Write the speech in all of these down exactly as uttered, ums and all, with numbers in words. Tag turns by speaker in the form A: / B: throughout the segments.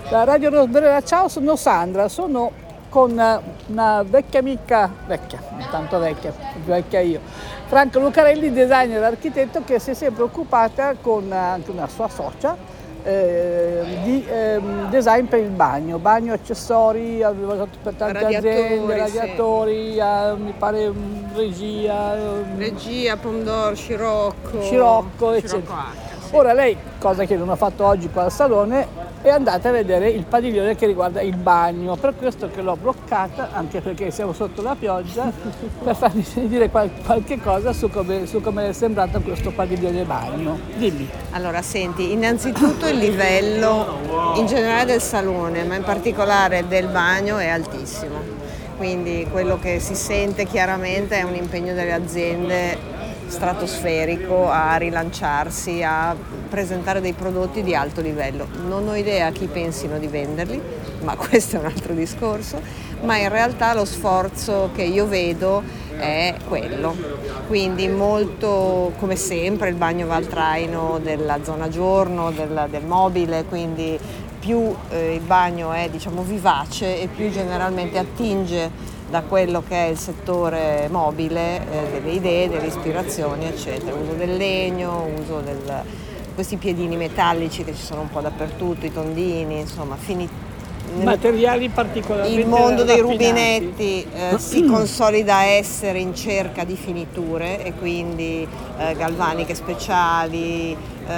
A: Da Radio Rosbrera, ciao, sono Sandra, sono con una vecchia amica, vecchia, tanto vecchia, più vecchia io, Franca Lucarelli, designer e architetto, che si è sempre occupata con anche una sua socia eh, di eh, design per il bagno, bagno, accessori, aveva usato per tante
B: Radiatori,
A: aziende,
B: sì.
A: radiatori, eh, mi pare mm, regia, eh,
B: Regia, Pomodoro, Scirocco.
A: Scirocco, eccetera.
B: Scirocco H, sì.
A: Ora lei, cosa che non ha fatto oggi qua al salone, è andata a vedere il padiglione che riguarda il bagno, per questo che l'ho bloccata, anche perché siamo sotto la pioggia, per farmi dire qual- qualche cosa su come, su come è sembrato questo padiglione bagno. Dimmi.
B: Allora, senti, innanzitutto il livello in generale del salone, ma in particolare del bagno, è altissimo. Quindi quello che si sente chiaramente è un impegno delle aziende stratosferico a rilanciarsi, a presentare dei prodotti di alto livello. Non ho idea a chi pensino di venderli, ma questo è un altro discorso, ma in realtà lo sforzo che io vedo è quello. Quindi molto, come sempre, il bagno va al traino della zona giorno, del, del mobile, quindi più eh, il bagno è, diciamo, vivace e più generalmente attinge da quello che è il settore mobile, eh, delle idee, delle ispirazioni, eccetera. Uso del legno, uso del, questi piedini metallici che ci sono un po' dappertutto, i tondini, insomma, fini,
A: Materiali particolarmente
B: il mondo dei
A: raffinati.
B: rubinetti eh, si consolida a essere in cerca di finiture e quindi eh, galvaniche speciali,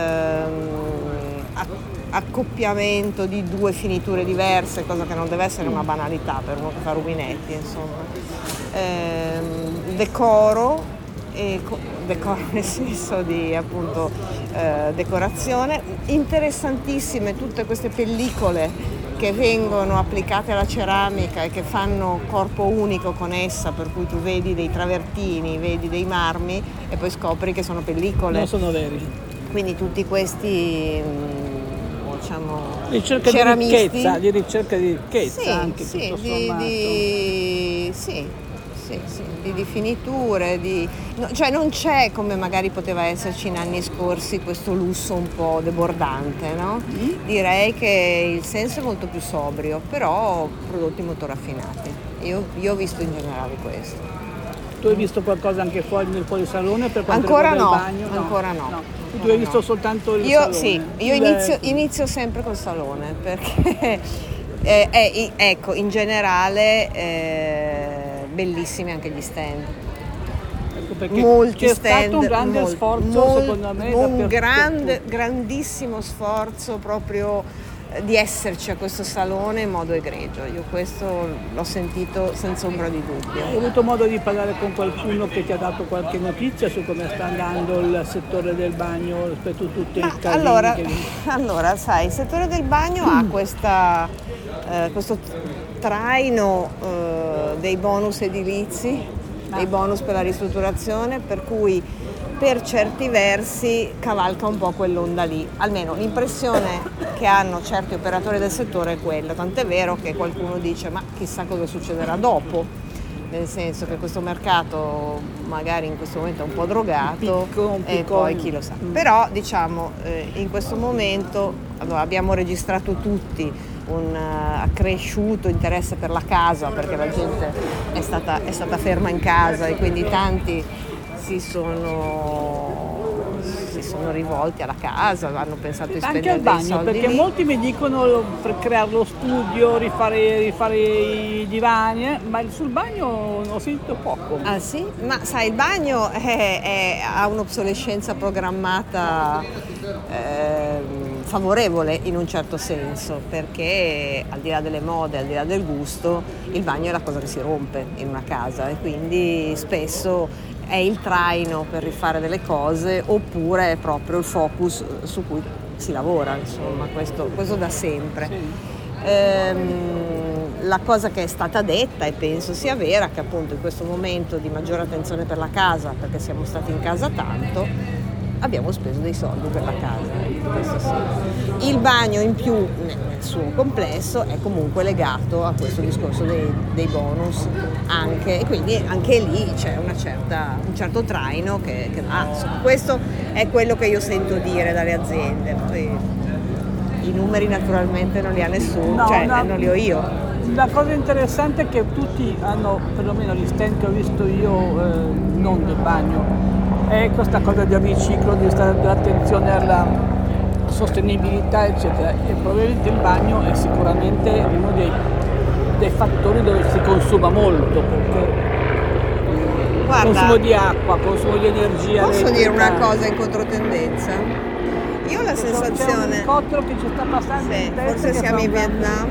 B: ehm, accoppiamento di due finiture diverse, cosa che non deve essere una banalità per uno che fa rubinetti, insomma. Ehm, decoro, e co- decoro nel senso di appunto eh, decorazione, interessantissime tutte queste pellicole che vengono applicate alla ceramica e che fanno corpo unico con essa, per cui tu vedi dei travertini, vedi dei marmi e poi scopri che sono pellicole.
A: Non sono veri.
B: Quindi tutti questi, diciamo,
A: Ricerca
B: ceramisti.
A: di ricchezza, di ricerca di ricchezza
B: Sì,
A: anche
B: sì,
A: tutto
B: di,
A: sommato.
B: di, sì, sì, sì, di, di finiture, di, no, cioè non c'è, come magari poteva esserci in anni scorsi, questo lusso un po' debordante, no? Mm. Direi che il senso è molto più sobrio, però prodotti molto raffinati. Io, io ho visto in generale questo.
A: Tu hai visto qualcosa anche fuori nel fuorisalone per quanto
B: Ancora
A: riguarda
B: no,
A: il bagno? No,
B: ancora no.
A: no.
B: Ancora
A: Tu hai visto
B: no.
A: soltanto il
B: io,
A: salone?
B: Sì, io
A: il...
B: inizio, inizio sempre col salone perché eh, eh, ecco, in generale eh, bellissimi anche gli stand.
A: Ecco perché
B: Molti
A: c'è
B: stand,
A: stato un grande
B: mol,
A: sforzo
B: mol,
A: secondo me
B: un grande, grandissimo sforzo proprio di esserci a questo salone in modo egregio. Io questo l'ho sentito senza ombra di dubbio.
A: Hai avuto modo di parlare con qualcuno che ti ha dato qualche notizia su come sta andando il settore del bagno rispetto a tutti i casini?
B: Allora,
A: che...
B: allora, sai, il settore del bagno ha questa, eh, questo traino eh, dei bonus edilizi, ah. dei bonus per la ristrutturazione, per cui per certi versi cavalca un po' quell'onda lì, almeno l'impressione che hanno certi operatori del settore è quella, tant'è vero che qualcuno dice ma chissà cosa succederà dopo, nel senso che questo mercato magari in questo momento è un po' drogato
A: picco, un
B: e poi chi lo sa. Mm. Però diciamo eh, in questo momento allora, abbiamo registrato tutti un uh, accresciuto interesse per la casa perché la gente è stata, è stata ferma in casa e quindi tanti si sono, si sono rivolti alla casa, hanno pensato di spendere
A: anche al bagno,
B: dei soldi
A: perché
B: lì.
A: molti mi dicono per creare lo studio, rifare, rifare i divani, eh, ma sul bagno ho sentito poco.
B: Ah sì? Ma sai, il bagno è, è, ha un'obsolescenza programmata eh, favorevole in un certo senso, perché al di là delle mode, al di là del gusto, il bagno è la cosa che si rompe in una casa e quindi spesso è il traino per rifare delle cose oppure è proprio il focus su cui si lavora, insomma, questo, questo da sempre. Sì. Ehm, la cosa che è stata detta e penso sia vera che appunto in questo momento di maggiore attenzione per la casa, perché siamo stati in casa tanto, abbiamo speso dei soldi per la casa, questo sì. Il bagno in più nel suo complesso è comunque legato a questo discorso dei, dei bonus anche, e quindi anche lì c'è una certa, un certo traino che, che ah, insomma, questo è quello che io sento dire dalle aziende. Poi i numeri naturalmente non li ha nessuno,
A: No,
B: cioè
A: no.
B: non li ho io.
A: La cosa interessante è che tutti hanno, perlomeno gli stand che ho visto io, eh, non del bagno, è questa cosa del riciclo, di stare dell'attenzione alla sostenibilità, eccetera. E probabilmente il bagno è sicuramente uno dei, dei fattori dove si consuma molto, perché
B: Guarda,
A: consumo di acqua, consumo di energia.
B: posso
A: elettrica.
B: dire una cosa in controtendenza? Io ho la
A: C'è un
B: sensazione...
A: elicottero che ci sta passando
B: Sì,
A: in testa,
B: forse
A: che
B: siamo
A: fa
B: in
A: un-
B: Vietnam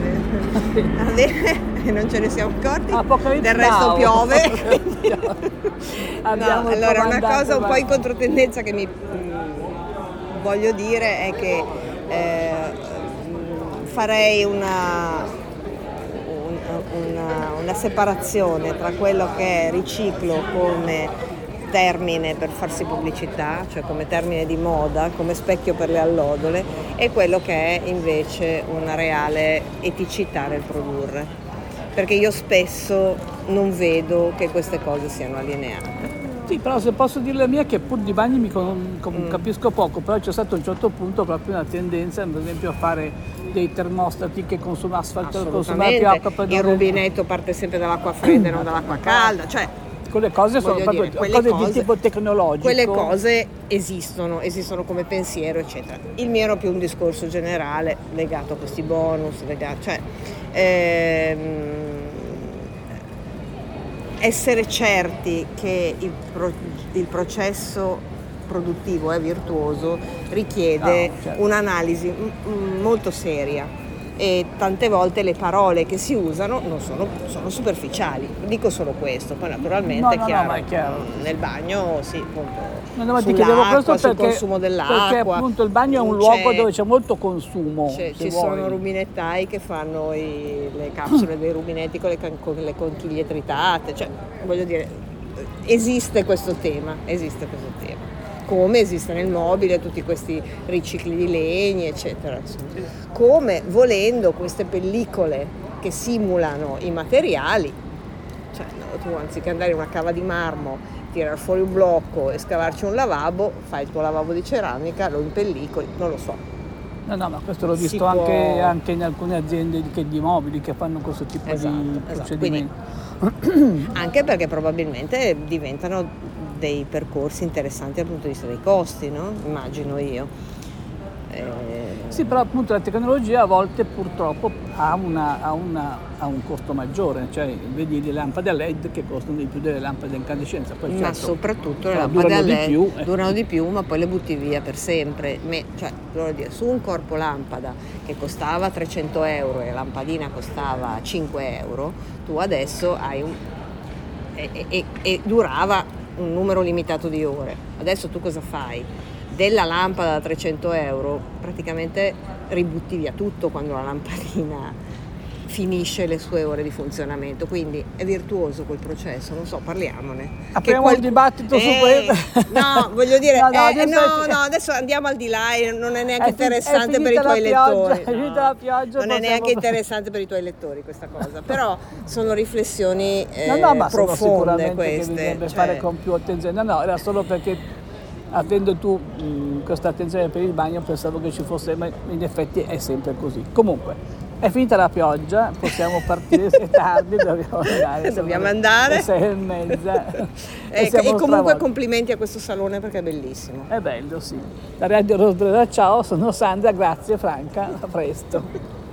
B: e non ce ne siamo accorti,
A: Apocalisse
B: del resto
A: Now.
B: piove.
A: Abbiamo
B: No,
A: il
B: allora una
A: comandante
B: cosa un po' in
A: Van-
B: controtendenza che mi mm, voglio dire è che eh, mm, farei una, un- una, una separazione tra quello che è riciclo come termine per farsi pubblicità, cioè come termine di moda, come specchio per le allodole, e quello che è invece una reale eticità nel produrre, perché io spesso non vedo che queste cose siano allineate.
A: Sì, però se posso dire la mia, che pur di bagni mi con- con-
B: Mm.
A: capisco poco, però c'è stato a un certo punto proprio una tendenza, ad esempio, a fare dei termostati che consumano asfalto, consumano più acqua per
B: il
A: non-
B: rubinetto parte sempre dall'acqua fredda e non dall'acqua calda, cioè
A: quelle cose sono
B: voglio
A: proprio
B: dire, quelle
A: cose,
B: cose-
A: di tipo tecnologico.
B: quelle cose esistono, esistono come pensiero, eccetera. Il mio era più un discorso generale legato a questi bonus, legato, cioè ehm, essere certi che il, pro- il processo produttivo è virtuoso richiede
A: Ah, certo.
B: un'analisi m- m- molto seria, e tante volte le parole che si usano non sono, sono superficiali. Dico solo questo, poi naturalmente
A: No, no,
B: è
A: no,
B: chiaro,
A: ma è chiaro.
B: nel bagno sì, appunto,
A: No, no, ma ti chiedevo questo
B: sull'acqua, sul
A: perché,
B: consumo dell'acqua,
A: perché appunto il bagno è un
B: c'è-
A: luogo dove c'è molto consumo.
B: c'è-
A: se
B: ci
A: vuoi.
B: sono rubinettai che fanno i- le capsule dei rubinetti con le, can- con le conchiglie tritate, cioè voglio dire, esiste questo tema, esiste questo tema. Come esiste nel mobile tutti questi ricicli di legni, eccetera. Insomma. Come, volendo, queste pellicole che simulano i materiali, cioè no, tu anziché andare in una cava di marmo, tirare fuori un blocco e scavarci un lavabo, fai il tuo lavabo di ceramica, lo impellicoli, non lo so.
A: No, no, ma questo l'ho
B: Si
A: visto
B: può-
A: anche, anche in alcune aziende di, che- di mobili che fanno questo tipo
B: Esatto,
A: di
B: esatto.
A: procedimento.
B: Anche perché probabilmente diventano dei percorsi interessanti dal punto di vista dei costi, no? Immagino io. Eh,
A: Sì, però appunto la tecnologia a volte purtroppo ha, una, ha, una, ha un costo maggiore, cioè vedi le lampade a L E D che costano di più delle lampade a incandescenza. Poi,
B: ma
A: certo,
B: soprattutto le
A: cioè,
B: lampade a
A: durano di
B: L E D
A: più, eh.
B: durano di più, ma poi le butti via per sempre. Me- cioè, voglio dire, su un corpo lampada che costava trecento euro e la lampadina costava cinque euro, tu adesso hai un... e, e- e- e durava un numero limitato di ore. Adesso tu cosa fai? Della lampada da trecento euro praticamente ributti via tutto quando la lampadina finisce le sue ore di funzionamento, quindi è virtuoso quel processo, non so, parliamone.
A: Apriamo
B: qual-
A: un dibattito su
B: Eh,
A: questo.
B: No, voglio dire,
A: No, no,
B: eh,
A: adesso
B: no,
A: è-
B: no, adesso andiamo al di là, eh, non è neanche
A: È fi- è
B: interessante per i
A: finita
B: tuoi
A: la pioggia,
B: lettori.
A: è finita la pioggia,
B: non è
A: possiamo-
B: neanche interessante per i tuoi lettori questa cosa, però sono riflessioni eh,
A: No, no, ma sono
B: profonde
A: sicuramente
B: queste.
A: che bisognerebbe
B: cioè-
A: fare con più attenzione. No, no, era solo perché avendo tu mh, questa attenzione per il bagno pensavo che ci fosse, ma in effetti è sempre così. Comunque, è finita la pioggia, possiamo partire, se è tardi, dobbiamo andare.
B: Dobbiamo
A: sono
B: andare.
A: le sei e mezza.
B: Ecco, e
A: siamo
B: comunque
A: stravolti.
B: complimenti a questo salone perché è bellissimo.
A: È bello, sì. Da Radio Rosbrera, ciao, sono Sandra, grazie Franca, a presto.